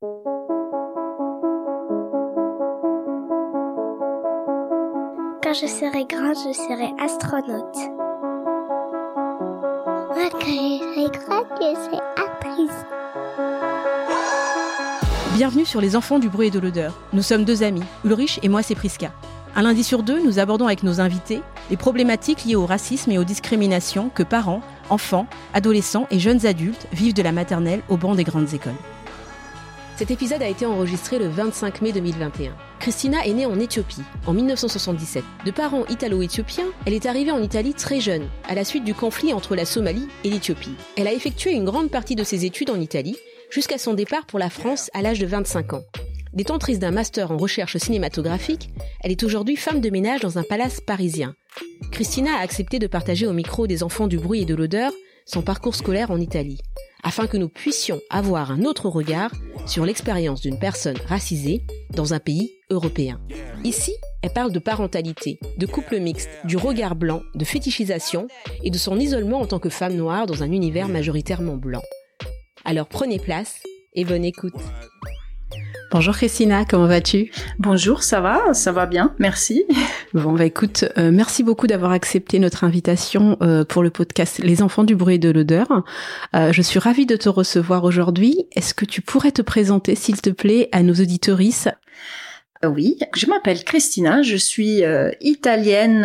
Quand je serai grande, je serai astronaute. Moi, quand je serai grande, je serai actrice. Bienvenue sur Les Enfants du bruit et de l'odeur. Nous sommes deux amis, Ulrich et moi c'est Priska. Un lundi sur deux, nous abordons avec nos invités les problématiques liées au racisme et aux discriminations que parents, enfants, adolescents et jeunes adultes vivent de la maternelle au banc des grandes écoles. Cet épisode a été enregistré le 25 mai 2021. Christina est née en Éthiopie, en 1977. De parents italo-éthiopiens, elle est arrivée en Italie très jeune, à la suite du conflit entre la Somalie et l'Éthiopie. Elle a effectué une grande partie de ses études en Italie, jusqu'à son départ pour la France à l'âge de 25 ans. Détentrice d'un master en recherche cinématographique, elle est aujourd'hui femme de ménage dans un palace parisien. Christina a accepté de partager au micro des Enfants du bruit et de l'odeur son parcours scolaire en Italie, afin que nous puissions avoir un autre regard sur l'expérience d'une personne racisée dans un pays européen. Ici, elle parle de parentalité, de couple mixte, du regard blanc, de fétichisation et de son isolement en tant que femme noire dans un univers majoritairement blanc. Alors prenez place et bonne écoute. Bonjour Christina, comment vas-tu ? Bonjour, ça va bien, merci. Bon écoute, merci beaucoup d'avoir accepté notre invitation pour le podcast Les Enfants du bruit et de l'odeur. Je suis ravie de te recevoir aujourd'hui. Est-ce que tu pourrais te présenter s'il te plaît à nos auditorices ? Oui, je m'appelle Christina, je suis italienne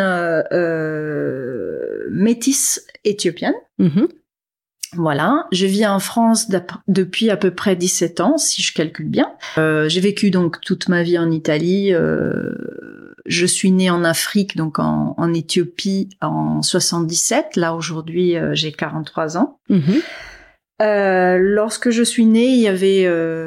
métisse éthiopienne. Mm-hmm. Voilà, je vis en France depuis à peu près 17 ans, si je calcule bien. J'ai vécu donc toute ma vie en Italie. Je suis née en Afrique, donc en Éthiopie, en 77. Là, aujourd'hui, j'ai 43 ans. Mm-hmm. Lorsque je suis née, il y avait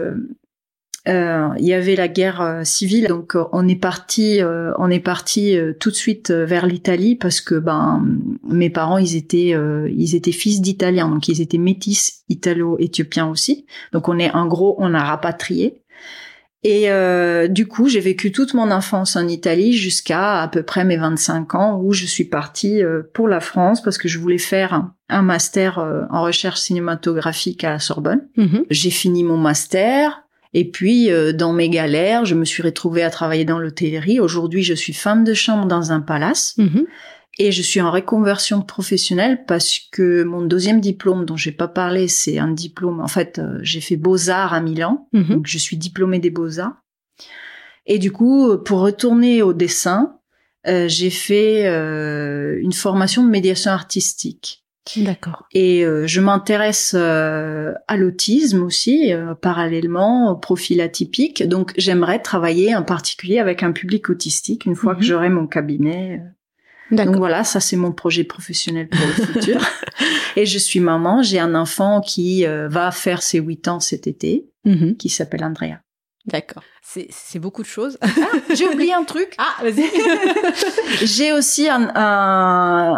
la guerre civile, donc on est parti tout de suite vers l'Italie parce que mes parents ils étaient fils d'Italiens, donc ils étaient métis italo-éthiopiens aussi, donc on a rapatrié et du coup j'ai vécu toute mon enfance en Italie jusqu'à à peu près mes 25 ans où je suis partie pour la France parce que je voulais faire un master en recherche cinématographique à la Sorbonne. Mm-hmm. J'ai fini mon master. Et puis, dans mes galères, je me suis retrouvée à travailler dans l'hôtellerie. Aujourd'hui, je suis femme de chambre dans un palace. Mm-hmm. Et je suis en reconversion professionnelle parce que mon deuxième diplôme, dont j'ai pas parlé, c'est un diplôme... En fait, j'ai fait Beaux-Arts à Milan. Mm-hmm. Donc, je suis diplômée des Beaux-Arts. Et du coup, pour retourner au dessin, j'ai fait une formation de médiation artistique. D'accord. Et je m'intéresse à l'autisme aussi, parallèlement au profil atypique. Donc, j'aimerais travailler en particulier avec un public autistique une fois que j'aurai mon cabinet. D'accord. Donc voilà, ça c'est mon projet professionnel pour le futur. Et je suis maman, j'ai un enfant qui va faire ses 8 ans cet été, Mm-hmm. qui s'appelle Andrea. D'accord. C'est beaucoup de choses. J'ai oublié un truc. Ah, vas-y. J'ai aussi un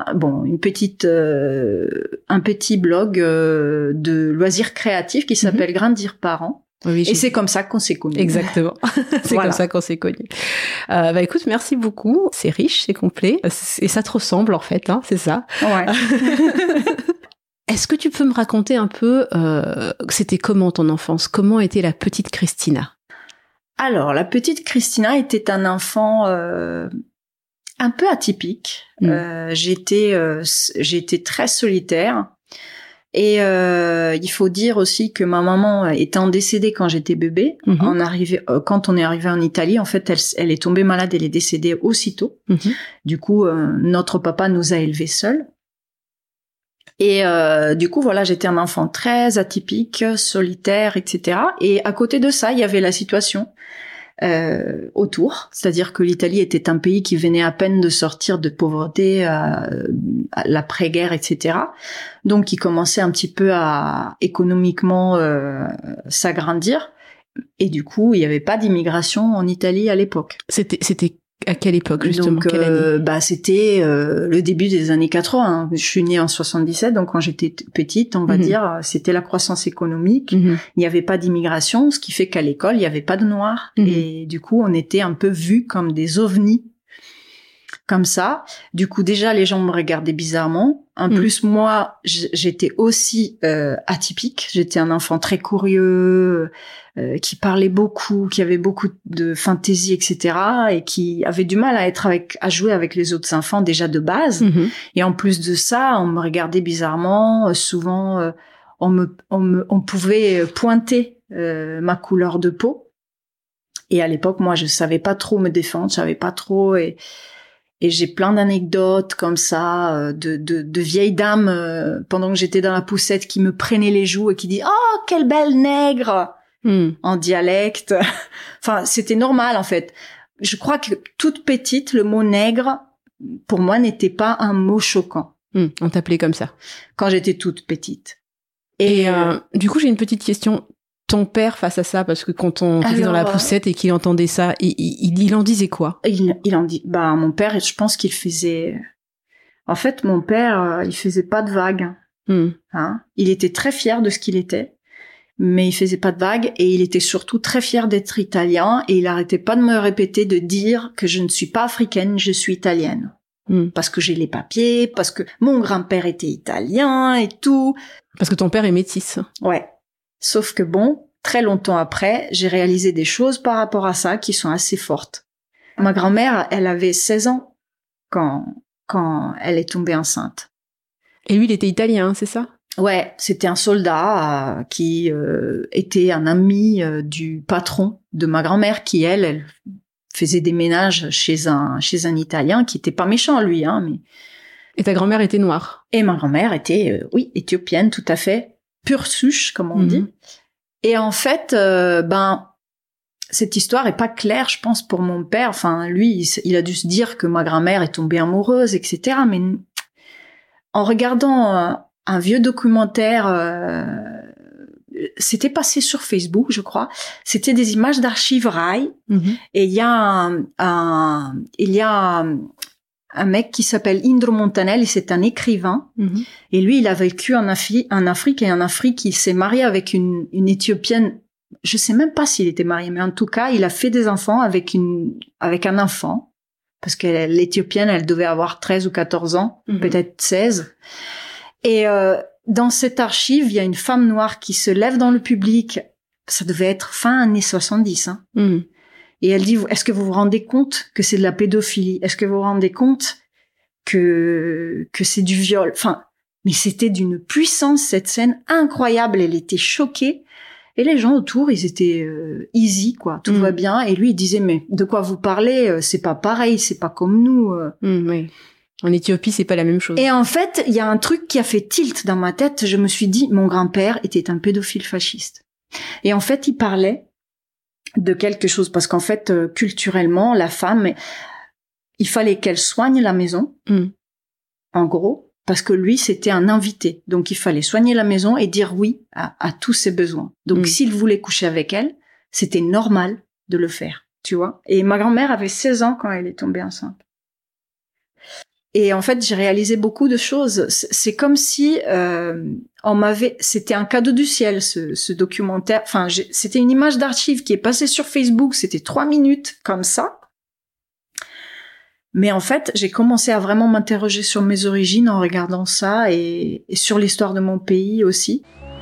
petit blog de loisirs créatifs qui s'appelle Grandir Parents. Oui, et c'est comme ça qu'on s'est connus. Exactement. C'est Voilà. comme ça qu'on s'est connus. Écoute, merci beaucoup. C'est riche, c'est complet. Et ça te ressemble, en fait, hein, c'est ça. Ouais. Est-ce que tu peux me raconter un peu, c'était comment ton enfance? Comment était la petite Christina? Alors, la petite Christina était un enfant un peu atypique. J'étais très solitaire. Et il faut dire aussi que ma maman étant décédée quand j'étais bébé, quand on est arrivé en Italie, en fait, elle est tombée malade, elle est décédée aussitôt. Mm-hmm. Du coup, notre papa nous a élevés seuls. Et du coup, voilà, j'étais un enfant très atypique, solitaire, etc. Et à côté de ça, il y avait la situation autour, c'est-à-dire que l'Italie était un pays qui venait à peine de sortir de pauvreté, à l'après-guerre, etc. Donc, il commençait un petit peu à économiquement s'agrandir. Et du coup, il n'y avait pas d'immigration en Italie à l'époque. C'était à quelle époque, justement? Donc, quelle année? c'était le début des années 80. Je suis née en 77, donc quand j'étais petite, on va dire, c'était la croissance économique. Il n'y avait pas d'immigration, ce qui fait qu'à l'école, il n'y avait pas de Noirs. Et du coup, on était un peu vus comme des ovnis. comme ça. Du coup, déjà, les gens me regardaient bizarrement. En plus, moi, j'étais aussi atypique. J'étais un enfant très curieux, qui parlait beaucoup, qui avait beaucoup de fantaisie, etc., et qui avait du mal à jouer avec les autres enfants déjà de base. Et en plus de ça, on me regardait bizarrement. Souvent, on pouvait pointer ma couleur de peau. Et à l'époque, moi, je savais pas trop me défendre, je savais pas trop, et j'ai plein d'anecdotes comme ça de vieilles dames pendant que j'étais dans la poussette qui me prenaient les joues et qui disaient "Oh, quelle belle nègre" en dialecte. Enfin, c'était normal en fait. Je crois que toute petite, le mot nègre pour moi n'était pas un mot choquant. On t'appelait comme ça quand j'étais toute petite. Et du coup, j'ai une petite question. Ton père face à ça, parce que quand on était dans la poussette et qu'il entendait ça, il en disait quoi? Il en dit, mon père, je pense qu'il faisait, en fait, mon père, il faisait pas de vagues. Hein? Il était très fier de ce qu'il était, mais il faisait pas de vagues, et il était surtout très fier d'être italien, et il arrêtait pas de me répéter, de dire que je ne suis pas africaine, je suis italienne. Parce que j'ai les papiers, parce que mon grand-père était italien et tout. Parce que ton père est métis. Ouais. Sauf que très longtemps après, j'ai réalisé des choses par rapport à ça qui sont assez fortes. Ma grand-mère, elle avait 16 ans quand elle est tombée enceinte. Et lui, il était italien, c'est ça? Ouais, c'était un soldat qui était un ami du patron de ma grand-mère qui, elle faisait des ménages chez un Italien qui était pas méchant, lui, hein, mais... Et ta grand-mère était noire? Et ma grand-mère était, éthiopienne, tout à fait. Pure souche, comme on dit. Et en fait, cette histoire est pas claire, je pense, pour mon père. Enfin, lui, il a dû se dire que ma grand-mère est tombée amoureuse, etc. Mais en regardant un vieux documentaire, c'était passé sur Facebook, je crois. C'était des images d'archives Rai. Et il y a un mec qui s'appelle Indro Montanelli, et c'est un écrivain. Et lui, il a vécu en Afrique, et en Afrique, il s'est marié avec une Éthiopienne. Je sais même pas s'il était marié, mais en tout cas, il a fait des enfants avec un enfant. Parce que l'Éthiopienne, elle devait avoir 13 ou 14 ans, peut-être 16. Et dans cette archive, il y a une femme noire qui se lève dans le public. Ça devait être fin années 70, hein. Et elle dit, est-ce que vous vous rendez compte que c'est de la pédophilie? Est-ce que vous vous rendez compte que c'est du viol? Enfin, mais c'était d'une puissance, cette scène incroyable. Elle était choquée. Et les gens autour, ils étaient easy, quoi. Tout va bien. Et lui, il disait, mais de quoi vous parlez? C'est pas pareil, c'est pas comme nous. Oui. En Éthiopie, c'est pas la même chose. Et en fait, il y a un truc qui a fait tilt dans ma tête. Je me suis dit, mon grand-père était un pédophile fasciste. Et en fait, il parlait de quelque chose, parce qu'en fait, culturellement, la femme, il fallait qu'elle soigne la maison, en gros, parce que lui, c'était un invité. Donc, il fallait soigner la maison et dire oui à tous ses besoins. Donc, s'il voulait coucher avec elle, c'était normal de le faire, tu vois. Et ma grand-mère avait 16 ans quand elle est tombée enceinte. Et en fait, j'ai réalisé beaucoup de choses. C'est comme si c'était un cadeau du ciel, ce documentaire. Enfin, c'était une image d'archive qui est passée sur Facebook. C'était 3 minutes comme ça. Mais en fait, j'ai commencé à vraiment m'interroger sur mes origines en regardant ça, et sur l'histoire de mon pays aussi.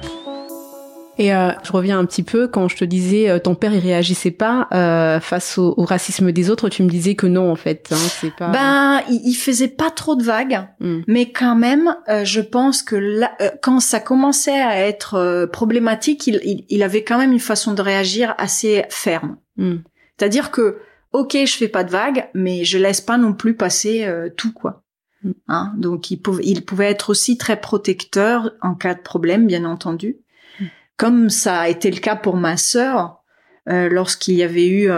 Et je reviens un petit peu, quand je te disais ton père il réagissait pas face au racisme des autres, tu me disais que non en fait, hein, c'est pas. Il faisait pas trop de vagues, mais quand même, je pense que là, quand ça commençait à être problématique, il avait quand même une façon de réagir assez ferme. C'est-à-dire que ok, je fais pas de vagues, mais je laisse pas non plus passer tout, quoi. Hein, donc il pouvait être aussi très protecteur en cas de problème, bien entendu. Comme ça a été le cas pour ma sœur, lorsqu'il y avait eu,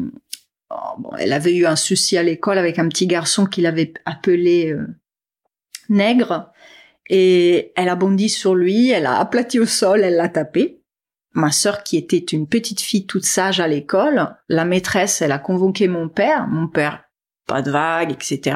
elle avait eu un souci à l'école avec un petit garçon qu'il avait appelé nègre, et elle a bondi sur lui, elle a aplati au sol, elle l'a tapé. Ma sœur, qui était une petite fille toute sage à l'école, la maîtresse, elle a convoqué mon père, pas de vague, etc.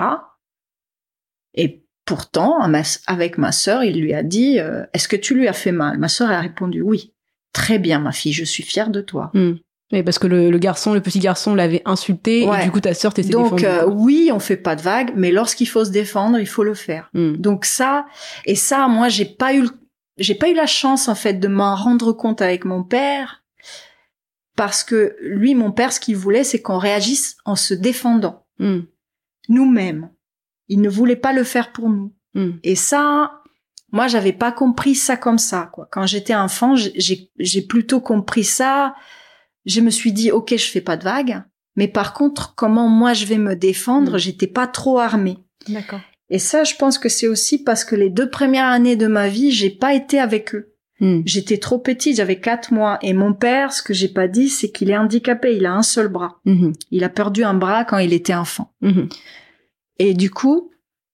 Et pourtant, avec ma sœur, il lui a dit « Est-ce que tu lui as fait mal ?» Ma sœur a répondu « Oui. »« Très bien, ma fille, je suis fière de toi. Oui, parce que le petit garçon l'avait insulté, et du coup ta sœur t'était défendue. Donc oui, on fait pas de vagues, mais lorsqu'il faut se défendre, il faut le faire. Donc ça, moi j'ai pas eu la chance en fait de m'en rendre compte avec mon père, parce que lui, mon père, ce qu'il voulait, c'est qu'on réagisse en se défendant nous-mêmes. Il ne voulait pas le faire pour nous. Et ça, moi, j'avais pas compris ça comme ça, quoi. Quand j'étais enfant, j'ai plutôt compris ça. Je me suis dit, ok, je fais pas de vagues, mais par contre, comment moi je vais me défendre, j'étais pas trop armée. D'accord. Et ça, je pense que c'est aussi parce que les 2 premières années de ma vie, j'ai pas été avec eux. J'étais trop petite, j'avais 4 mois. Et mon père, ce que j'ai pas dit, c'est qu'il est handicapé, il a un seul bras. Il a perdu un bras quand il était enfant. Et du coup,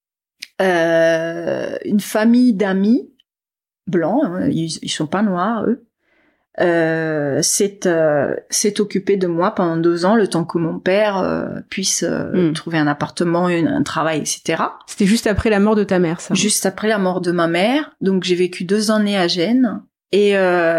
une famille d'amis blancs, ils sont pas noirs, eux, s'est occupé de moi pendant 2 ans, le temps que mon père puisse trouver un appartement, un travail, etc. C'était juste après la mort de ta mère, ça? Juste après la mort de ma mère. Donc j'ai vécu 2 années à Gênes. Et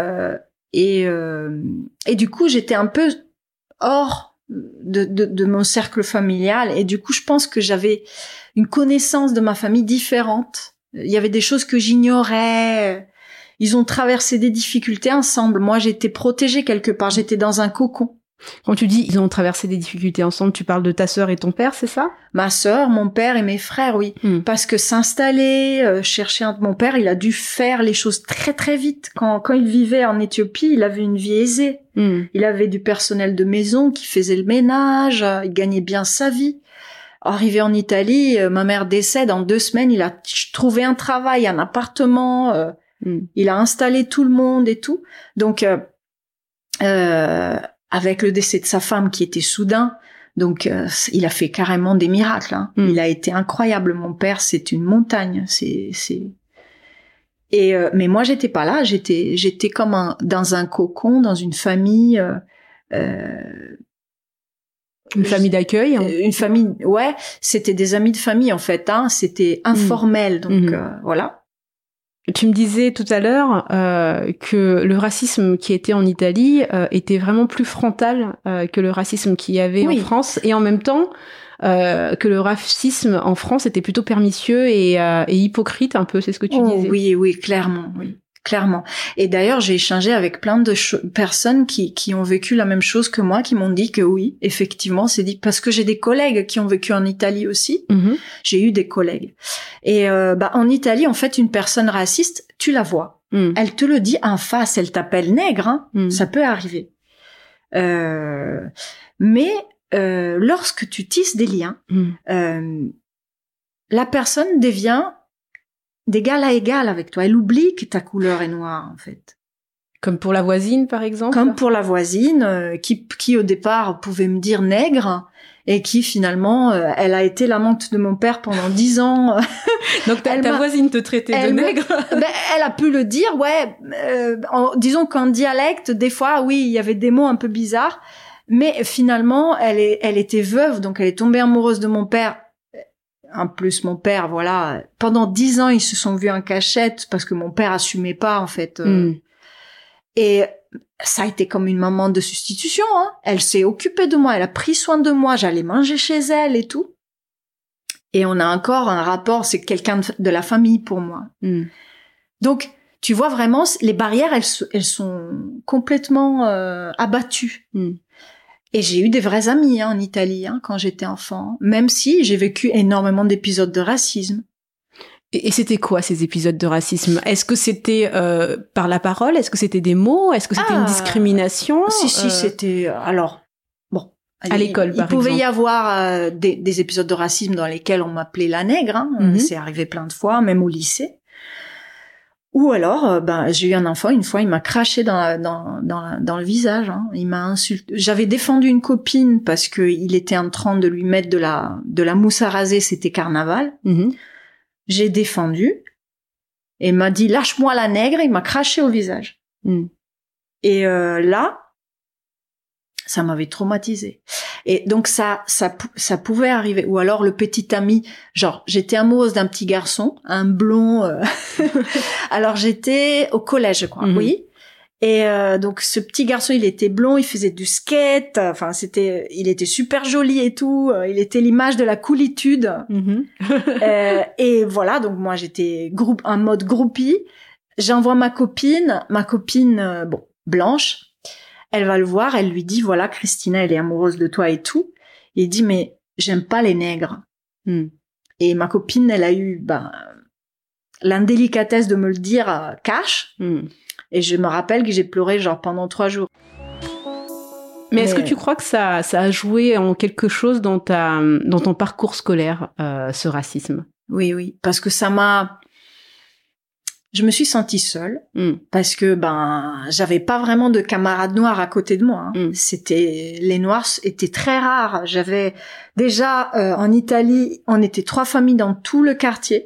du coup, j'étais un peu hors de mon cercle familial. Et du coup, je pense que j'avais une connaissance de ma famille différente. Il y avait des choses que j'ignorais. Ils ont traversé des difficultés ensemble. Moi, j'étais protégée quelque part. J'étais dans un cocon. Quand tu dis ils ont traversé des difficultés ensemble, tu parles de ta sœur et ton père, c'est ça? Ma sœur, mon père et mes frères, oui. Parce que s'installer, chercher mon père, il a dû faire les choses très très vite. Quand il vivait en Éthiopie, il avait une vie aisée. Il avait du personnel de maison qui faisait le ménage. Il gagnait bien sa vie. Arrivé en Italie, ma mère décède. En 2 semaines, il a trouvé un travail, un appartement. Il a installé tout le monde et tout. Donc, avec le décès de sa femme qui était soudain, donc il a fait carrément des miracles. Il a été incroyable. Mon père, c'est une montagne. Mais moi, j'étais pas là. J'étais comme dans un cocon, dans une famille. Une famille d'accueil. Une famille, ouais. C'était des amis de famille en fait. C'était informel, donc voilà. Tu me disais tout à l'heure que le racisme qui était en Italie était vraiment plus frontal que le racisme qu'il y avait en France, et en même temps que le racisme en France était plutôt pernicieux et hypocrite un peu, c'est ce que tu disais. Oui, clairement, oui. Clairement. Et d'ailleurs, j'ai échangé avec plein de personnes qui ont vécu la même chose que moi, qui m'ont dit que oui, effectivement, c'est dit, parce que j'ai des collègues qui ont vécu en Italie aussi. J'ai eu des collègues. Et en Italie, en fait, une personne raciste, tu la vois. Elle te le dit en face, elle t'appelle nègre, ça peut arriver. Mais lorsque tu tisses des liens, la personne devient d'égal à égal avec toi. Elle oublie que ta couleur est noire, en fait. Comme pour la voisine, par exemple? Comme pour la voisine, qui au départ pouvait me dire nègre, et qui finalement, elle a été l'amante de mon père pendant 10 ans. Donc ta voisine te traitait de nègre? Elle a pu le dire, ouais. Disons qu'en dialecte, des fois, oui, il y avait des mots un peu bizarres, mais finalement, elle était veuve, donc elle est tombée amoureuse de mon père. En plus, mon père, voilà, pendant 10 ans, ils se sont vus en cachette parce que mon père assumait pas, en fait. Et ça a été comme une maman de substitution, Elle s'est occupée de moi, elle a pris soin de moi, j'allais manger chez elle et tout. Et on a encore un rapport, c'est quelqu'un de la famille pour moi. Donc, tu vois vraiment, les barrières, elles sont complètement abattues. Et j'ai eu des vrais amis en Italie quand j'étais enfant, même si j'ai vécu énormément d'épisodes de racisme. Et c'était quoi ces épisodes de racisme? Est-ce que c'était par la parole? Est-ce que c'était des mots? Est-ce que c'était une discrimination? Si, c'était... Alors, bon... À l'école, par exemple. Il pouvait y avoir des épisodes de racisme dans lesquels on m'appelait la nègre. C'est arrivé plein de fois, même au lycée. Ou alors, j'ai eu un enfant, une fois, il m'a craché dans le visage. Il m'a insulté. J'avais défendu une copine parce que il était en train de lui mettre de la mousse à raser, c'était carnaval. J'ai défendu. Et il m'a dit, lâche-moi la nègre, il m'a craché au visage. Et là, ça m'avait traumatisée. Et donc ça pouvait arriver. Ou alors le petit ami, genre j'étais amoureuse d'un petit garçon, un blond. Alors j'étais au collège, je crois. Oui. Et donc ce petit garçon, il était blond, il faisait du skate, enfin il était super joli et tout, il était l'image de la coolitude. Et voilà, donc moi j'étais en mode groupie. J'envoie ma copine, bon, blanche. Elle va le voir, elle lui dit voilà, Christina, elle est amoureuse de toi et tout. Il dit mais j'aime pas les nègres. Et ma copine, elle a eu l'indélicatesse de me le dire cash. Et je me rappelle que j'ai pleuré genre pendant 3 jours. Mais est-ce que tu crois que ça a joué en quelque chose dans ton parcours scolaire, ce racisme? Oui, parce que je me suis sentie seule, parce que j'avais pas vraiment de camarades noirs à côté de moi. Les noirs étaient très rares. J'avais déjà en Italie, on était 3 familles dans tout le quartier.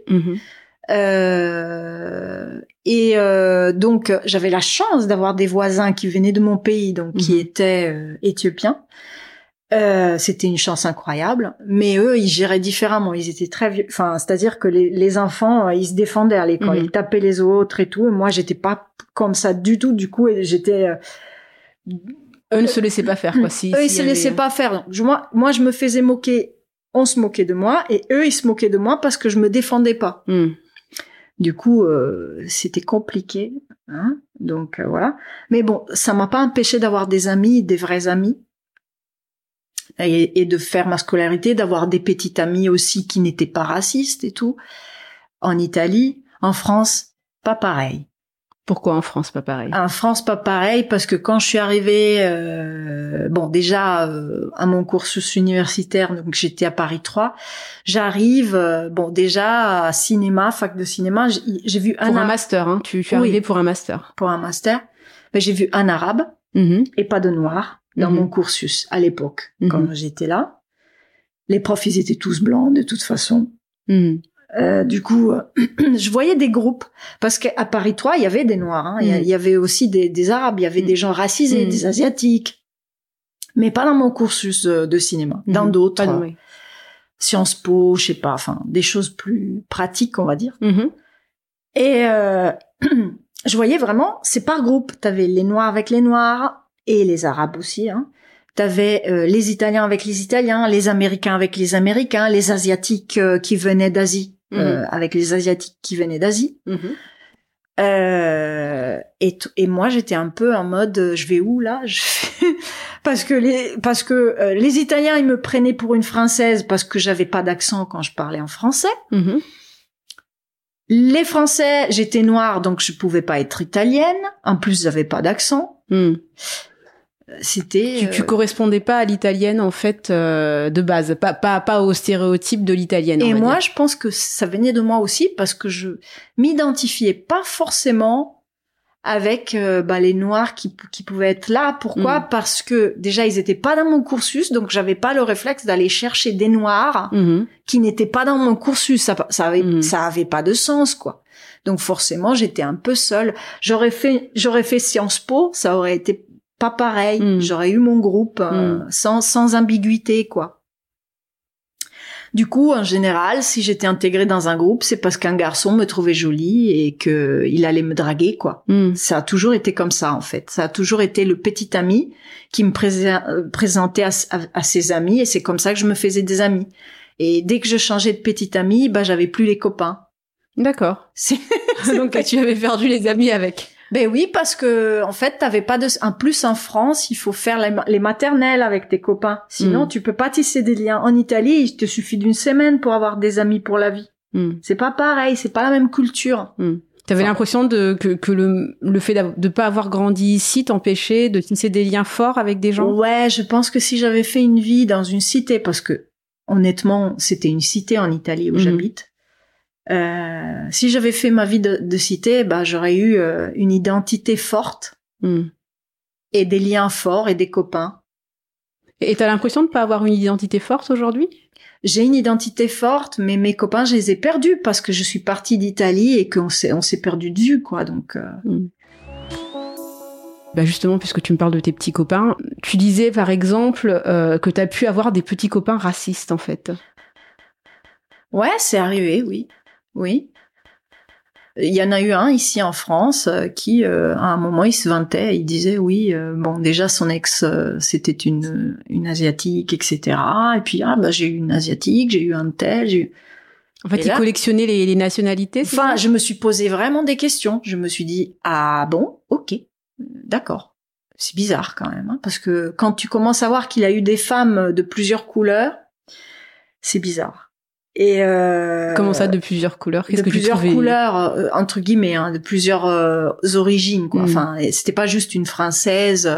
Donc j'avais la chance d'avoir des voisins qui venaient de mon pays, donc qui étaient éthiopiens. C'était une chance incroyable, mais eux ils géraient différemment, ils étaient très c'est-à-dire que les enfants ils se défendaient à l'école, ils tapaient les autres et tout. Moi j'étais pas comme ça du tout, du coup j'étais eux ne se laissaient pas faire quoi. Eux ils se laissaient pas faire. Donc, moi je me faisais moquer, on se moquait de moi, et eux ils se moquaient de moi parce que je me défendais pas. Du coup, c'était compliqué, hein. Donc voilà. Mais bon, ça m'a pas empêché d'avoir des amis, des vrais amis, et de faire ma scolarité, d'avoir des petites amies aussi qui n'étaient pas racistes et tout. En Italie, en France, pas pareil. Pourquoi en France pas pareil? En France pas pareil parce que quand je suis arrivée, déjà à mon cursus universitaire, donc j'étais à Paris 3, j'arrive, déjà à cinéma, fac de cinéma, j'ai vu un master, hein. Tu es arrivée pour un master. Pour un master, mais j'ai vu un arabe et pas de noir dans mon cursus à l'époque quand j'étais là. Les profs ils étaient tous blancs de toute façon. Du coup, je voyais des groupes parce qu'à Paris 3, il y avait des noirs, hein. Il y avait aussi des arabes, il y avait des gens racisés, des asiatiques, mais pas dans mon cursus de cinéma, dans d'autres, Sciences Po, je sais pas, enfin des choses plus pratiques, on va dire. Et je voyais vraiment, c'est par groupe. T'avais les noirs avec les noirs et les arabes aussi, hein. T'avais les Italiens avec les Italiens, les Américains avec les Américains, les Asiatiques qui venaient d'Asie avec les Asiatiques qui venaient d'Asie. Et moi j'étais un peu en mode je vais où là? Parce que les Italiens ils me prenaient pour une Française parce que j'avais pas d'accent quand je parlais en français. Les Français, j'étais noire donc je pouvais pas être italienne. En plus j'avais pas d'accent. C'était tu correspondais pas à l'italienne en fait de base, pas au stéréotype de l'italienne. Et moi je pense que ça venait de moi aussi parce que je m'identifiais pas forcément avec les noirs qui pouvaient être là. Pourquoi? Parce que déjà ils étaient pas dans mon cursus, donc j'avais pas le réflexe d'aller chercher des noirs qui n'étaient pas dans mon cursus. Ça avait pas de sens quoi. Donc forcément j'étais un peu seule. J'aurais fait Sciences Po, ça aurait été pas pareil, j'aurais eu mon groupe sans ambiguïté quoi. Du coup, en général, si j'étais intégrée dans un groupe, c'est parce qu'un garçon me trouvait jolie et que il allait me draguer quoi. Ça a toujours été comme ça en fait. Ça a toujours été le petit ami qui me présentait à ses amis et c'est comme ça que je me faisais des amis. Et dès que je changeais de petit ami, j'avais plus les copains. D'accord. Donc tu avais perdu les amis avec. Ben oui, parce que en fait, t'avais pas en plus en France, il faut faire les maternelles avec tes copains. Sinon, tu peux pas tisser des liens. En Italie, il te suffit d'une semaine pour avoir des amis pour la vie. C'est pas pareil, c'est pas la même culture. T'avais l'impression que le fait de pas avoir grandi ici t'empêchait de tisser des liens forts avec des gens? Ouais, je pense que si j'avais fait une vie dans une cité, parce que honnêtement, c'était une cité en Italie où j'habite. Si j'avais fait ma vie de cité, j'aurais eu une identité forte et des liens forts et des copains. Et t'as l'impression de pas avoir une identité forte aujourd'hui? J'ai une identité forte, mais mes copains, je les ai perdus parce que je suis partie d'Italie et qu'on s'est perdu de vue, quoi. Donc. Justement, puisque tu me parles de tes petits copains, tu disais par exemple que t'as pu avoir des petits copains racistes, en fait. Ouais, c'est arrivé, oui. Oui. Il y en a eu un ici en France qui, à un moment, il se vantait, il disait oui, bon, déjà son ex, c'était une asiatique, etc. Et puis j'ai eu une asiatique, j'ai eu un tel, j'ai eu... En fait, il collectionnait les nationalités. Enfin, je me suis posé vraiment des questions. Je me suis dit ah bon, ok, d'accord. C'est bizarre quand même, hein, parce que quand tu commences à voir qu'il a eu des femmes de plusieurs couleurs, c'est bizarre. Et comment ça, de plusieurs couleurs? Qu'est-ce de que plusieurs tu trouvais... couleurs, entre guillemets, hein, de plusieurs origines, quoi. Enfin, c'était pas juste une française.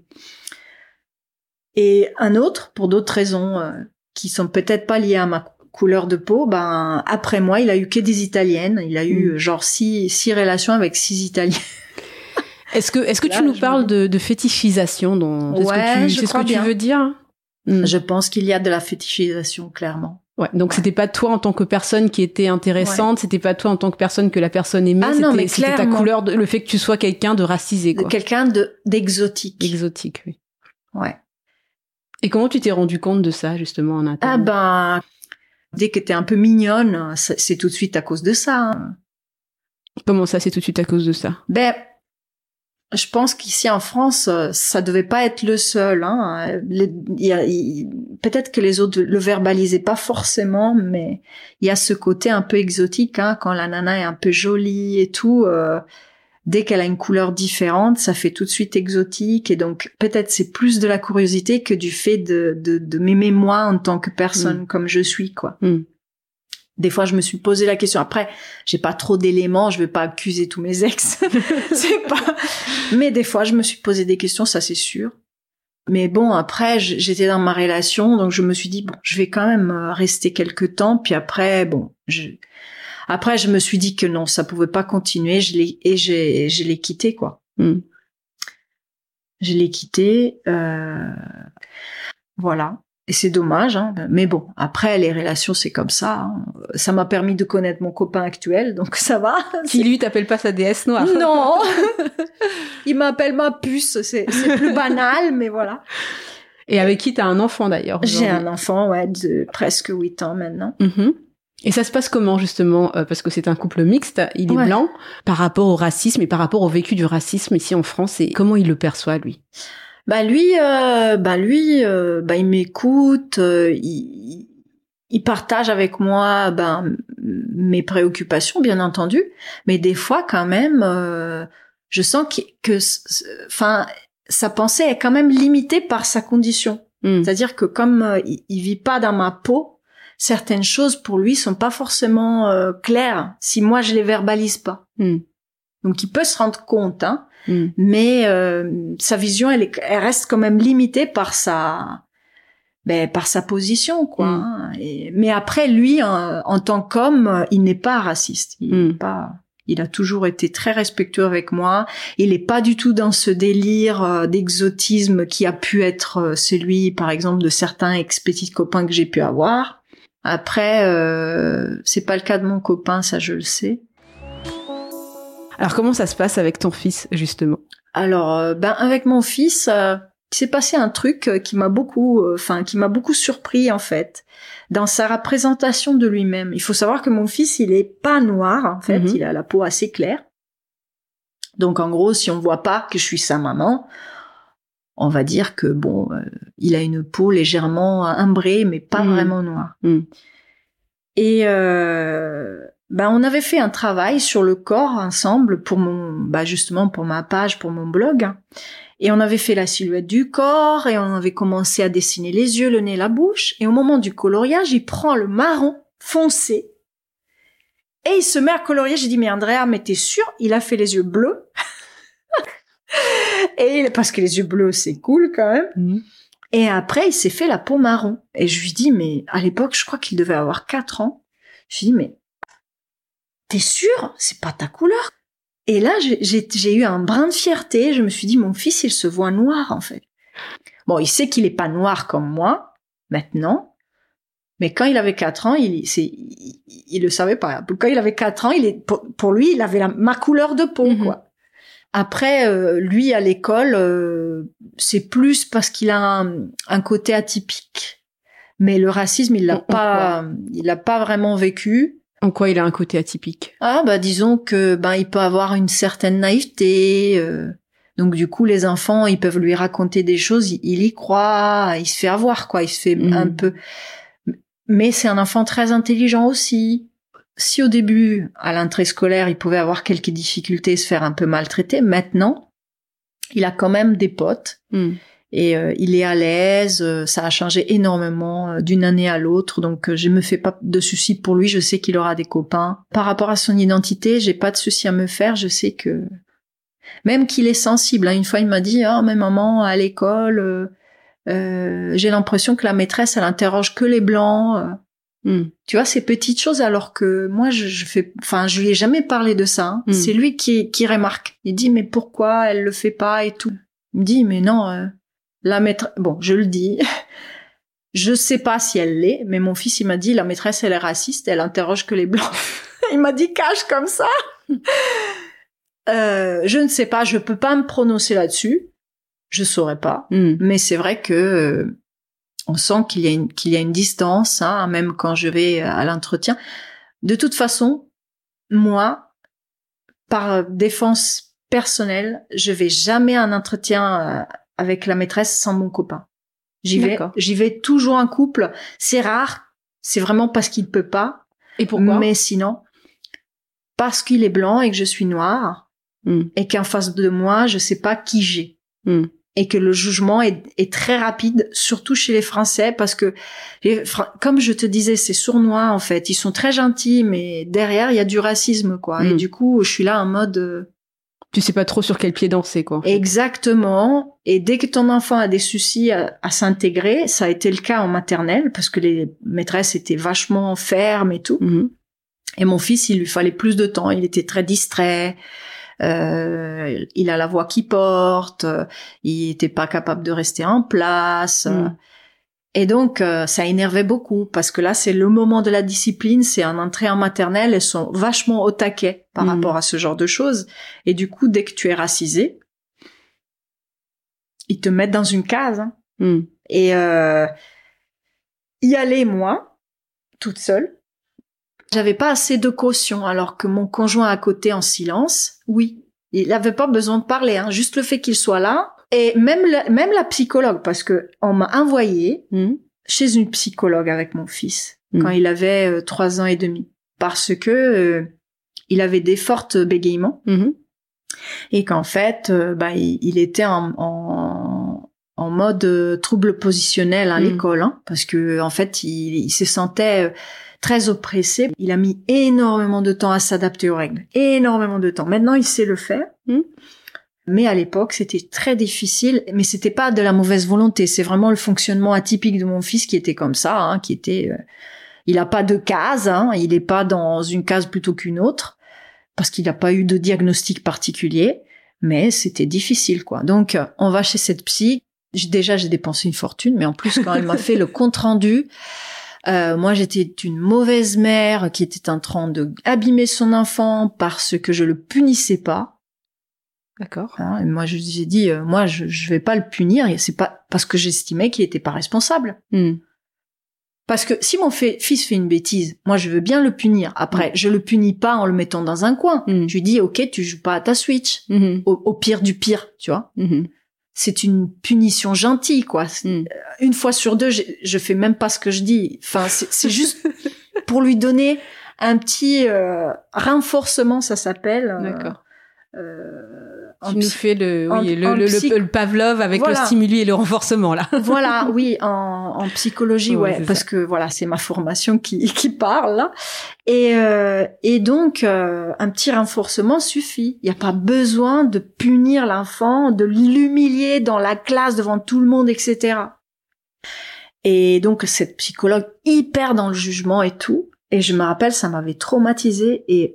Et un autre, pour d'autres raisons qui sont peut-être pas liées à ma couleur de peau, après moi, il a eu que des Italiennes. Il a eu genre six relations avec 6 Italiennes. Est-ce que tu nous parles de fétichisation c'est ce que tu veux dire? Je pense qu'il y a de la fétichisation, clairement. Ouais, donc c'était pas toi en tant que personne qui était intéressante, c'était pas toi en tant que personne que la personne aimait, c'était ta couleur, le fait que tu sois quelqu'un de racisé, quoi. Quelqu'un d'exotique. Exotique, oui. Ouais. Et comment tu t'es rendu compte de ça, justement, en interne? Dès que t'es un peu mignonne, c'est tout de suite à cause de ça. Hein. Comment ça, c'est tout de suite à cause de ça? Je pense qu'ici en France, ça devait pas être le seul. Hein. Peut-être que les autres le verbalisaient pas forcément, mais il y a ce côté un peu exotique, hein, quand la nana est un peu jolie et tout. Dès qu'elle a une couleur différente, ça fait tout de suite exotique. Et donc peut-être c'est plus de la curiosité que du fait de m'aimer moi en tant que personne comme je suis, quoi. Des fois, je me suis posé la question. Après, j'ai pas trop d'éléments, je vais pas accuser tous mes ex. Mais des fois, je me suis posé des questions, ça c'est sûr. Mais bon, après, j'étais dans ma relation, donc je me suis dit, bon, je vais quand même rester quelques temps. Puis après, après, je me suis dit que non, ça pouvait pas continuer. Je l'ai quitté, quoi. Je l'ai quitté, voilà. Et c'est dommage, hein. Mais bon, après, les relations, c'est comme ça. Hein. Ça m'a permis de connaître mon copain actuel, donc ça va. Qui, lui, t'appelle pas sa déesse noire. Non. Il m'appelle ma puce. C'est plus banal, mais voilà. Et avec qui t'as un enfant, d'ailleurs? J'ai un enfant, de presque 8 ans maintenant. Et ça se passe comment, justement, parce que c'est un couple mixte, il est blanc, par rapport au racisme et par rapport au vécu du racisme ici en France, et comment il le perçoit, lui? Lui, il m'écoute, il partage avec moi, mes préoccupations, bien entendu, mais des fois, quand même, je sens que sa pensée est quand même limitée par sa condition. C'est-à-dire que comme il vit pas dans ma peau, certaines choses pour lui sont pas forcément claires si moi je les verbalise pas. Donc il peut se rendre compte, hein. Mais sa vision, elle reste quand même limitée par sa position, quoi. Hein. Mais après, lui, en tant qu'homme, il n'est pas raciste. Il a toujours été très respectueux avec moi. Il est pas du tout dans ce délire d'exotisme qui a pu être celui, par exemple, de certains ex-petits copains que j'ai pu avoir. Après, c'est pas le cas de mon copain, ça je le sais. Alors comment ça se passe avec ton fils, justement? Alors, avec mon fils, il s'est passé un truc qui m'a beaucoup surpris en fait, dans sa représentation de lui-même. Il faut savoir que mon fils, il est pas noir en fait, il a la peau assez claire. Donc en gros, si on voit pas que je suis sa maman, on va dire que il a une peau légèrement ambrée, mais pas vraiment noire. Et on avait fait un travail sur le corps ensemble pour justement pour ma page, pour mon blog. Et on avait fait la silhouette du corps et on avait commencé à dessiner les yeux, le nez, la bouche. Et au moment du coloriage, il prend le marron foncé et il se met à colorier. J'ai dit, mais Andrea, mais t'es sûr? Il a fait les yeux bleus. Parce que les yeux bleus, c'est cool quand même. Et après, il s'est fait la peau marron. Et je lui dis, mais à l'époque, je crois qu'il devait avoir 4 ans. Je lui dis, mais t'es sûr? C'est pas ta couleur? Et là, j'ai eu un brin de fierté. Je me suis dit, mon fils, il se voit noir, en fait. Bon, il sait qu'il est pas noir comme moi, maintenant. Mais quand il avait 4 ans, il le savait pas. Quand il avait 4 ans, pour lui, il avait ma couleur de peau, quoi. Après, lui, à l'école, c'est plus parce qu'il a un côté atypique. Mais le racisme, il l'a pas vraiment vécu. En quoi il a un côté atypique? Disons que il peut avoir une certaine naïveté. Donc du coup, les enfants, ils peuvent lui raconter des choses, il y croit, il se fait avoir, quoi. Il se fait un peu. Mais c'est un enfant très intelligent aussi. Si au début, à l'entrée scolaire, il pouvait avoir quelques difficultés, se faire un peu maltraiter, maintenant, il a quand même des potes. Et il est à l'aise, ça a changé énormément d'une année à l'autre, donc je me fais pas de soucis pour lui, je sais qu'il aura des copains. Par rapport à son identité, j'ai pas de soucis à me faire, je sais que même qu'il est sensible. Une fois il m'a dit mais maman, à l'école j'ai l'impression que la maîtresse elle interroge que les blancs. Tu vois, ces petites choses, alors que moi je lui ai jamais parlé de ça. C'est lui qui remarque. Il dit mais pourquoi elle le fait pas et tout. Il me dit mais non, la maîtresse, je le dis, je sais pas si elle l'est, mais mon fils il m'a dit la maîtresse elle est raciste, elle interroge que les blancs. Il m'a dit cache comme ça. Je ne sais pas, je peux pas me prononcer là-dessus, je saurais pas, mais c'est vrai que on sent qu'il y a une distance, même quand je vais à l'entretien. De toute façon, moi, par défense personnelle, je vais jamais à un entretien avec la maîtresse sans mon copain. J'y vais toujours en couple. C'est rare. C'est vraiment parce qu'il peut pas. Et pourquoi? Mais sinon, parce qu'il est blanc et que je suis noire, et qu'en face de moi, je sais pas qui j'ai. Et que le jugement est très rapide, surtout chez les Français, parce que, comme je te disais, c'est sournois, en fait. Ils sont très gentils, mais derrière, il y a du racisme, quoi. Et du coup, je suis là en mode... Tu sais pas trop sur quel pied danser, quoi. Exactement. Et dès que ton enfant a des soucis à s'intégrer, ça a été le cas en maternelle, parce que les maîtresses étaient vachement fermes et tout. Et mon fils, il lui fallait plus de temps. Il était très distrait. Il a la voix qui porte. Il était pas capable de rester en place. Et donc, ça énervait beaucoup, parce que là, c'est le moment de la discipline, c'est en entrée en maternelle, elles sont vachement au taquet par rapport à ce genre de choses. Et du coup, dès que tu es racisé, ils te mettent dans une case. Et y aller, moi, toute seule, j'avais pas assez de caution, alors que mon conjoint à côté en silence, oui, il avait pas besoin de parler, juste le fait qu'il soit là. Et même la psychologue, parce que on m'a envoyé chez une psychologue avec mon fils quand il avait 3 ans et demi, parce que il avait des fortes bégaiements et qu'en fait, il était en mode trouble positionnel à l'école, parce que en fait, il se sentait très oppressé. Il a mis énormément de temps à s'adapter aux règles, énormément de temps. Maintenant, il sait le faire. Mais à l'époque, c'était très difficile, mais c'était pas de la mauvaise volonté, c'est vraiment le fonctionnement atypique de mon fils qui était comme ça, qui était, il a pas de case, il est pas dans une case plutôt qu'une autre, parce qu'il n'a pas eu de diagnostic particulier, mais c'était difficile, quoi. Donc, on va chez cette psy. Déjà, j'ai dépensé une fortune, mais en plus, quand elle m'a fait le compte rendu, moi, j'étais une mauvaise mère qui était en train de abîmer son enfant parce que je le punissais pas. D'accord. Et moi, je lui ai dit, moi, je vais pas le punir, et c'est pas parce que j'estimais qu'il était pas responsable. Parce que si mon fils fait une bêtise, moi, je veux bien le punir. Après, je le punis pas en le mettant dans un coin. Je lui dis, ok, tu joues pas à ta Switch. Au pire du pire, tu vois. C'est une punition gentille, quoi. Une fois sur deux, je fais même pas ce que je dis. Enfin, c'est juste pour lui donner un petit renforcement, ça s'appelle. D'accord. Tu nous fais le Pavlov avec le stimuli et le renforcement, là. Voilà, oui, en psychologie, parce que voilà, c'est ma formation qui parle, là. Et donc, un petit renforcement suffit. Il n'y a pas besoin de punir l'enfant, de l'humilier dans la classe devant tout le monde, etc. Et donc, cette psychologue hyper dans le jugement et tout. Et je me rappelle, ça m'avait traumatisée, et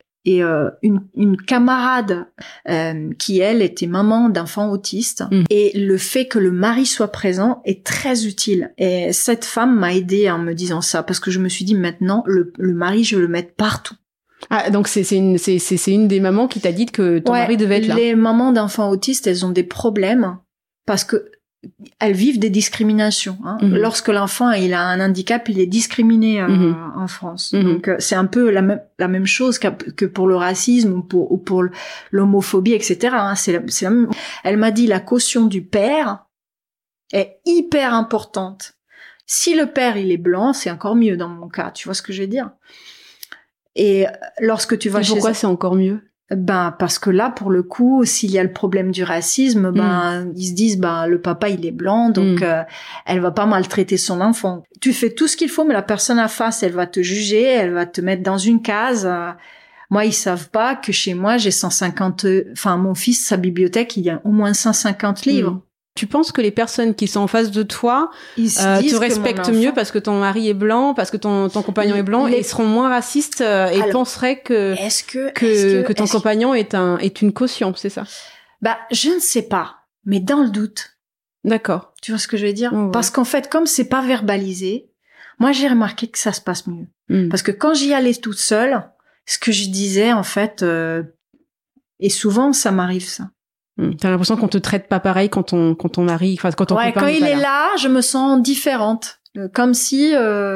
une camarade qui, elle, était maman d'enfants autistes, et le fait que le mari soit présent est très utile. Et cette femme m'a aidée en me disant ça, parce que je me suis dit, maintenant, le mari, je le mets partout. Ah, donc c'est une des mamans qui t'a dit que ton mari devait être là. Les mamans d'enfants autistes, elles ont des problèmes, parce que elles vivent des discriminations. Hein. Lorsque l'enfant il a un handicap, il est discriminé en France. Donc c'est un peu la même chose que pour le racisme ou pour l'homophobie, etc. Hein. C'est la même. Elle m'a dit la caution du père est hyper importante. Si le père il est blanc, c'est encore mieux dans mon cas. Tu vois ce que je veux dire? Et lorsque tu vas pourquoi c'est encore mieux? Ben parce que là pour le coup s'il y a le problème du racisme ils se disent le papa il est blanc donc elle va pas maltraiter son enfant. Tu fais tout ce qu'il faut mais la personne en face elle va te juger, elle va te mettre dans une case. Moi ils savent pas que chez moi j'ai 150 mon fils sa bibliothèque il y a au moins 150 livres. Tu penses que les personnes qui sont en face de toi te respectent mieux parce que ton mari est blanc, parce que ton compagnon est blanc, et seront moins racistes et penseraient que ton compagnon est une caution, c'est ça? Je ne sais pas, mais dans le doute. D'accord. Tu vois ce que je veux dire? Parce qu'en fait, comme c'est pas verbalisé, moi j'ai remarqué que ça se passe mieux. Parce que quand j'y allais toute seule, ce que je disais en fait, et souvent ça m'arrive ça. T'as l'impression qu'on te traite pas pareil quand ton mari, quand ton copain quand il est là, je me sens différente, comme si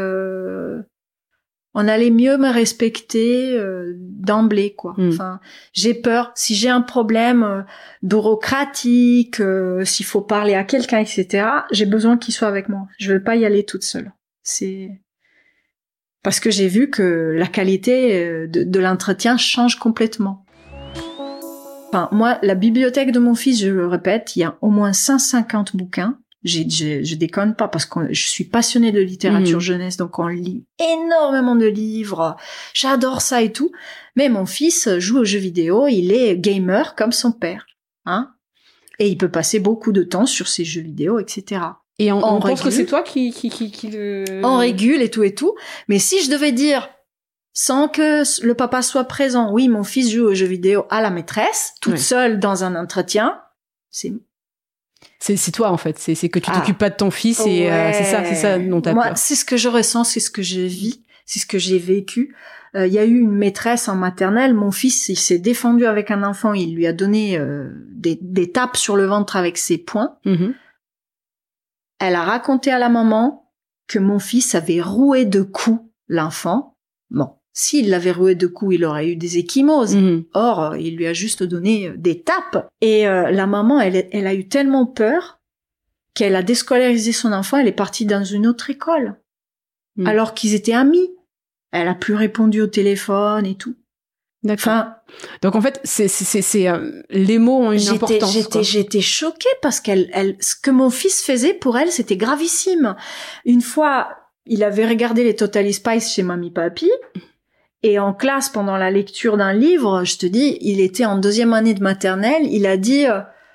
on allait mieux me respecter d'emblée, quoi. Enfin, j'ai peur si j'ai un problème bureaucratique, s'il faut parler à quelqu'un, etc. J'ai besoin qu'il soit avec moi. Je veux pas y aller toute seule. C'est parce que j'ai vu que la qualité de l'entretien change complètement. Enfin, moi, la bibliothèque de mon fils, je le répète, il y a au moins 150 bouquins. Je déconne pas parce que je suis passionnée de littérature jeunesse, donc on lit énormément de livres. J'adore ça et tout. Mais mon fils joue aux jeux vidéo, il est gamer comme son père, hein. Et il peut passer beaucoup de temps sur ses jeux vidéo, etc. Et on pense que c'est toi qui le... On régule et tout. Mais si je devais dire, sans que le papa soit présent, oui, mon fils joue aux jeux vidéo à la maîtresse, toute seule dans un entretien, c'est toi en fait, c'est que tu t'occupes pas de ton fils et c'est ça dont t'as peur. Moi, c'est ce que je ressens, c'est ce que je vis, c'est ce que j'ai vécu. Il y a eu une maîtresse en maternelle, mon fils il s'est défendu avec un enfant, il lui a donné des tapes sur le ventre avec ses poings. Elle a raconté à la maman que mon fils avait roué de coups l'enfant. Bon, s'il l'avait roué de coups, il aurait eu des ecchymoses. Or, il lui a juste donné des tapes. Et la maman, elle a eu tellement peur qu'elle a déscolarisé son enfant. Elle est partie dans une autre école, alors qu'ils étaient amis. Elle a plus répondu au téléphone et tout. D'accord. Enfin, donc en fait, c'est les mots ont une importance. J'étais choquée parce ce que mon fils faisait pour elle, c'était gravissime. Une fois, il avait regardé les Totally Spies chez Mamie Papy. Et en classe, pendant la lecture d'un livre, je te dis, il était en 2e année de maternelle, il a dit,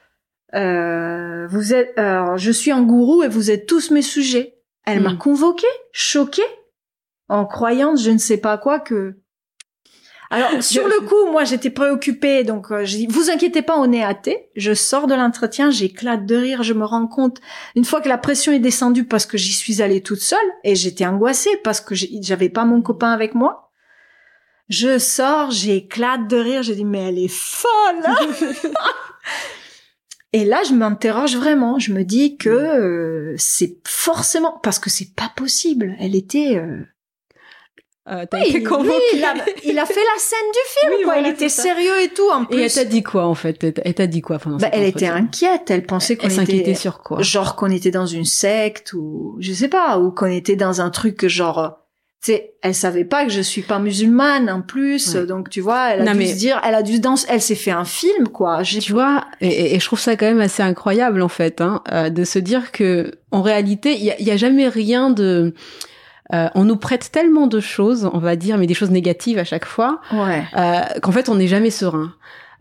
je suis un gourou et vous êtes tous mes sujets. Elle m'a convoquée, choquée, en croyant, je ne sais pas quoi que... Alors, sur le coup, moi, j'étais préoccupée, donc j'ai dit, vous inquiétez pas, on est athée. Je sors de l'entretien, j'éclate de rire, je me rends compte, une fois que la pression est descendue parce que j'y suis allée toute seule, et j'étais angoissée parce que j'avais pas mon copain avec moi. Je sors, j'éclate de rire, j'ai dit, mais elle est folle, hein. Et là, je m'interroge vraiment, je me dis que c'est forcément, parce que c'est pas possible, elle était... T'as été convoquée. Il a fait la scène du film, quoi. Voilà, il était sérieux et tout, en plus. Et elle t'a dit quoi, en fait? Elle t'a dit quoi pendant elle était inquiète, elle pensait qu'on était... Elle s'inquiétait sur quoi? Genre qu'on était dans une secte, ou, je sais pas, ou qu'on était dans un truc genre... Tu sais, elle savait pas que je suis pas musulmane, en plus, donc tu vois, elle a dû danser, elle s'est fait un film, quoi. Tu vois, et je trouve ça quand même assez incroyable, en fait, hein, de se dire que, en réalité, il y a jamais rien de... on nous prête tellement de choses, on va dire, mais des choses négatives à chaque fois, qu'en fait, on n'est jamais serein.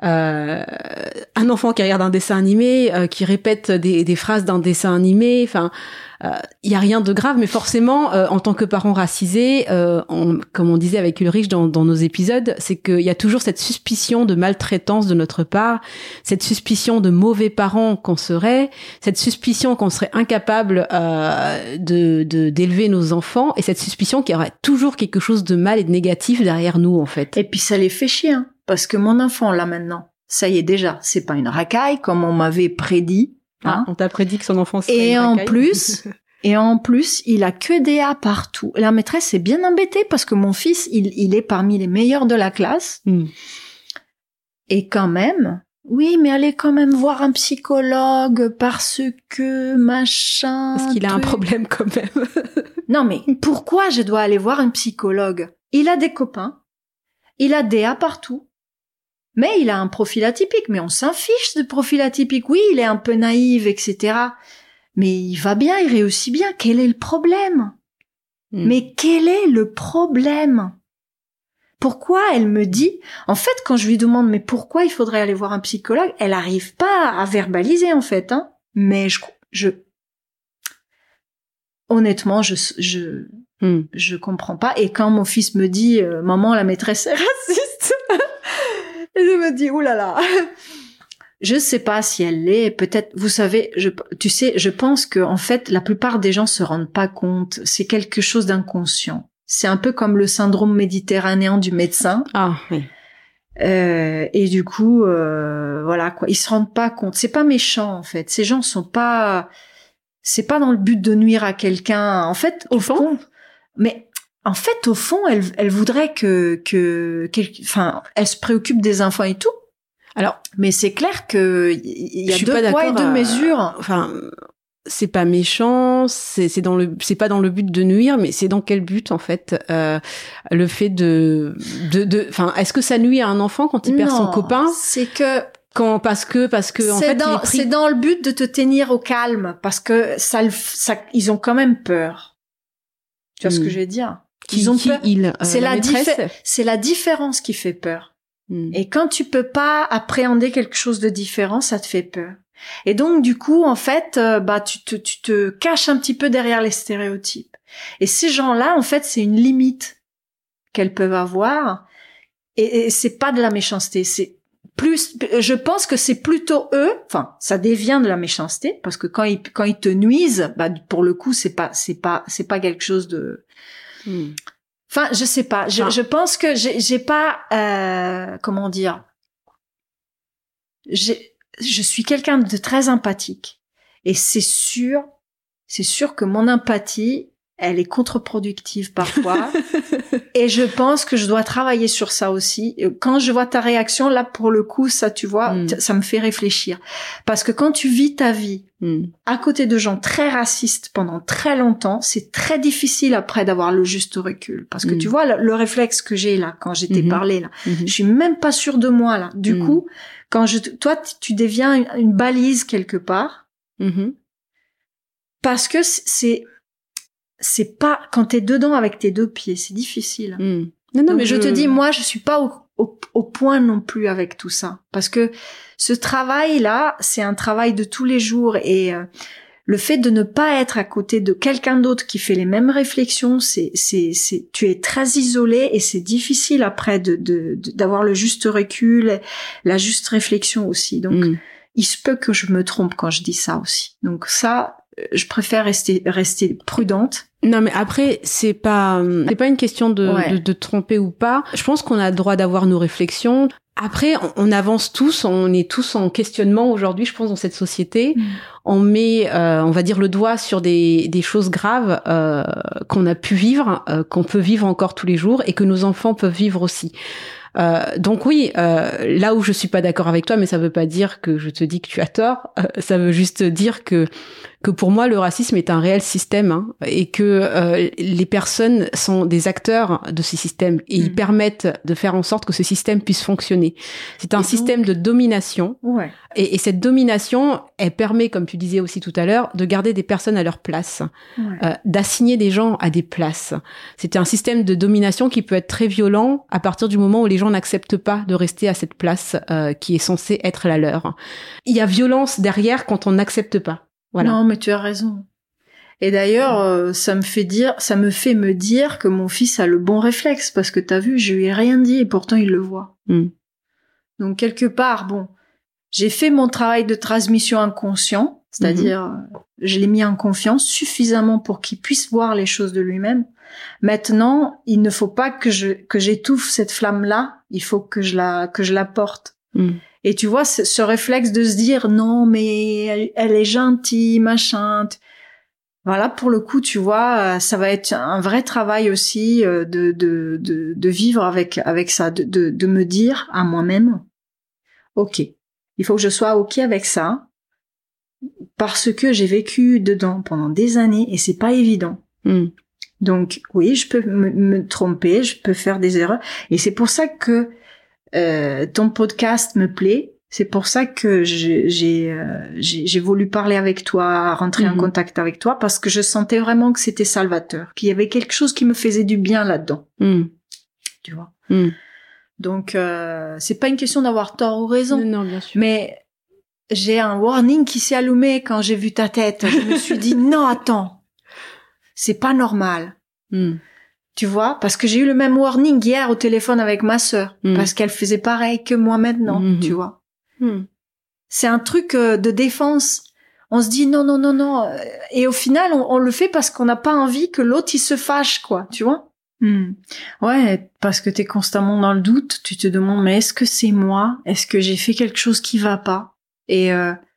Un enfant qui regarde un dessin animé, qui répète des phrases d'un dessin animé, enfin, il y a rien de grave, mais forcément, en tant que parent racisé, comme on disait avec Ulrich dans nos épisodes, c'est qu'il y a toujours cette suspicion de maltraitance de notre part, cette suspicion de mauvais parents qu'on serait, cette suspicion qu'on serait incapable d'élever nos enfants, et cette suspicion qu'il y aurait toujours quelque chose de mal et de négatif derrière nous, en fait. Et puis ça les fait chier, hein, parce que mon enfant là maintenant, ça y est déjà, c'est pas une racaille comme on m'avait prédit. Hein. On t'a prédit que son enfant serait et une en racaille. plus, il a que des A partout. La maîtresse est bien embêtée parce que mon fils, il est parmi les meilleurs de la classe. Et quand même, oui, mais allez quand même voir un psychologue parce que machin. Parce qu'il a un problème quand même. Non, mais pourquoi je dois aller voir un psychologue? Il a des copains, il a des A partout, mais il a un profil atypique. Mais on s'en fiche de profil atypique. Oui, il est un peu naïf, etc. Mais il va bien, il réussit bien. Quel est le problème? Mais quel est le problème? Pourquoi elle me dit... En fait, quand je lui demande mais pourquoi il faudrait aller voir un psychologue, elle arrive pas à verbaliser en fait. Hein. Mais honnêtement, je comprends pas. Et quand mon fils me dit maman, la maîtresse est raciste, et je me dis oulala. Je sais pas si elle l'est. Peut-être, vous savez, je pense que en fait, la plupart des gens se rendent pas compte. C'est quelque chose d'inconscient. C'est un peu comme le syndrome méditerranéen du médecin. Ah oui. Et du coup, voilà quoi, ils se rendent pas compte. C'est pas méchant en fait. Ces gens sont pas. C'est pas dans le but de nuire à quelqu'un. En fait, au fond. Mais en fait, au fond, elle voudrait enfin, elle se préoccupe des enfants et tout. Alors, mais c'est clair que il y a deux poids et deux mesures. Enfin, c'est pas méchant, c'est pas dans le but de nuire, mais c'est dans quel but en fait le fait enfin, est-ce que ça nuit à un enfant quand il perd son copain? C'est que parce que en fait c'est dans le but de te tenir au calme parce que ça ils ont quand même peur. Tu vois ce que je veux dire? Ils ont peur. C'est la différence qui fait peur. Et quand tu peux pas appréhender quelque chose de différent, ça te fait peur. Et donc du coup, en fait, tu te caches un petit peu derrière les stéréotypes. Et ces gens-là, en fait, c'est une limite qu'elles peuvent avoir. Et c'est pas de la méchanceté. C'est plus, je pense que c'est plutôt eux. Enfin, ça devient de la méchanceté parce que quand ils te nuisent, pour le coup, c'est pas quelque chose de. Enfin, je sais pas. Je pense que j'ai pas, comment dire. Je suis quelqu'un de très empathique. Et c'est sûr que mon empathie, elle est contre-productive parfois. Et je pense que je dois travailler sur ça aussi. Quand je vois ta réaction, là, pour le coup, ça, tu vois, ça me fait réfléchir. Parce que quand tu vis ta vie à côté de gens très racistes pendant très longtemps, c'est très difficile après d'avoir le juste recul. Parce que tu vois, le réflexe que j'ai là, quand j'étais parlé là, je suis même pas sûre de moi là. Du coup, toi, tu deviens une balise quelque part. Parce que c'est pas, quand t'es dedans avec tes deux pieds, c'est difficile. Non, mais je te dis, moi, je suis pas au point non plus avec tout ça. Parce que ce travail-là, c'est un travail de tous les jours et le fait de ne pas être à côté de quelqu'un d'autre qui fait les mêmes réflexions, tu es très isolé et c'est difficile après d'avoir le juste recul, la juste réflexion aussi. Donc, il se peut que je me trompe quand je dis ça aussi. Donc ça, je préfère rester prudente. Non, mais après, c'est pas une question de tromper ou pas. Je pense qu'on a le droit d'avoir nos réflexions. Après, on avance tous, on est tous en questionnement aujourd'hui, je pense, dans cette société. On met, on va dire, le doigt sur des choses graves qu'on a pu vivre, qu'on peut vivre encore tous les jours et que nos enfants peuvent vivre aussi. Donc oui, là où je suis pas d'accord avec toi, mais ça veut pas dire que je te dis que tu as tort. Ça veut juste dire que pour moi le racisme est un réel système, hein, et que les personnes sont des acteurs de ces systèmes et ils permettent de faire en sorte que ce système puisse fonctionner. C'est un système de domination, et cette domination, elle permet, comme tu disais aussi tout à l'heure, de garder des personnes à leur place, d'assigner des gens à des places. C'est un système de domination qui peut être très violent à partir du moment où les gens n'acceptent pas de rester à cette place qui est censée être la leur. Il y a violence derrière quand on n'accepte pas. Voilà. Non, mais tu as raison. Et d'ailleurs, ça me fait me dire que mon fils a le bon réflexe parce que t'as vu, je lui ai rien dit et pourtant il le voit. Donc quelque part, bon, j'ai fait mon travail de transmission inconscient, c'est-à-dire je l'ai mis en confiance suffisamment pour qu'il puisse voir les choses de lui-même. Maintenant, il ne faut pas que j'étouffe cette flamme-là. Il faut que je la porte. Et tu vois, ce réflexe de se dire non, mais elle est gentille, machin. Voilà, pour le coup, tu vois, ça va être un vrai travail aussi de vivre avec ça, de me dire à moi-même, ok, il faut que je sois ok avec ça, parce que j'ai vécu dedans pendant des années et c'est pas évident. Donc oui, je peux me tromper, je peux faire des erreurs, et c'est pour ça que ton podcast me plaît. C'est pour ça que j'ai voulu parler avec toi, rentrer en contact avec toi, parce que je sentais vraiment que c'était salvateur, qu'il y avait quelque chose qui me faisait du bien là-dedans. Tu vois. Donc c'est pas une question d'avoir tort ou raison. Non, bien sûr. Mais j'ai un warning qui s'est allumé quand j'ai vu ta tête. Je me suis dit non, attends, c'est pas normal. Tu vois, parce que j'ai eu le même warning hier au téléphone avec ma sœur, parce qu'elle faisait pareil que moi maintenant, tu vois. C'est un truc de défense. On se dit non. Et au final, on le fait parce qu'on n'a pas envie que l'autre, il se fâche, quoi, tu vois. Ouais, parce que t'es constamment dans le doute. Tu te demandes, mais est-ce que c'est moi? Est-ce que j'ai fait quelque chose qui va pas? Et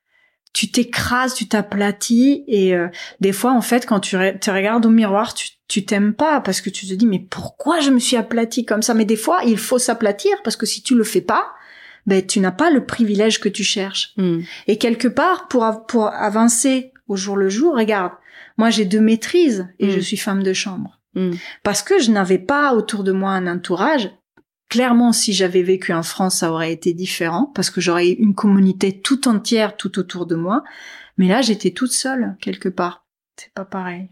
tu t'écrases, tu t'aplatis. Et des fois, en fait, quand tu te regardes au miroir, tu t'aimes pas parce que tu te dis, mais pourquoi je me suis aplatie comme ça? Mais des fois, il faut s'aplatir parce que si tu le fais pas, ben tu n'as pas le privilège que tu cherches. Et quelque part, pour avancer au jour le jour, regarde, moi j'ai 2 maîtrises et je suis femme de chambre. Parce que je n'avais pas autour de moi un entourage. Clairement, si j'avais vécu en France, ça aurait été différent parce que j'aurais eu une communauté tout entière tout autour de moi. Mais là, j'étais toute seule quelque part. C'est pas pareil.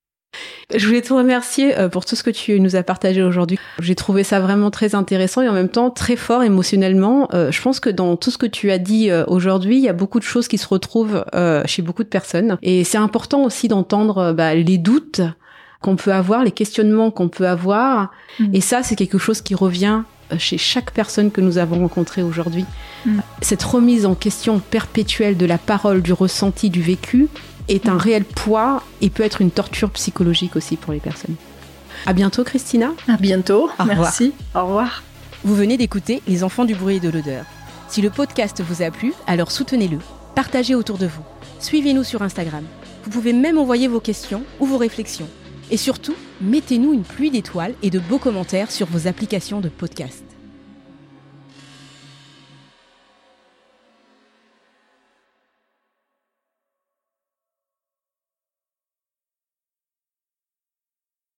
Je voulais te remercier pour tout ce que tu nous as partagé aujourd'hui. J'ai trouvé ça vraiment très intéressant et en même temps très fort émotionnellement. Je pense que dans tout ce que tu as dit aujourd'hui, il y a beaucoup de choses qui se retrouvent chez beaucoup de personnes. Et c'est important aussi d'entendre les doutes qu'on peut avoir, les questionnements qu'on peut avoir. Et ça, c'est quelque chose qui revient chez chaque personne que nous avons rencontrée aujourd'hui. Cette remise en question perpétuelle de la parole, du ressenti, du vécu est un réel poids et peut être une torture psychologique aussi pour les personnes. À bientôt, Christina. À bientôt. Au revoir. Merci. Au revoir. Vous venez d'écouter Les Enfants du bruit et de l'odeur. Si le podcast vous a plu, alors soutenez-le. Partagez autour de vous. Suivez-nous sur Instagram. Vous pouvez même envoyer vos questions ou vos réflexions. Et surtout, mettez-nous une pluie d'étoiles et de beaux commentaires sur vos applications de podcast.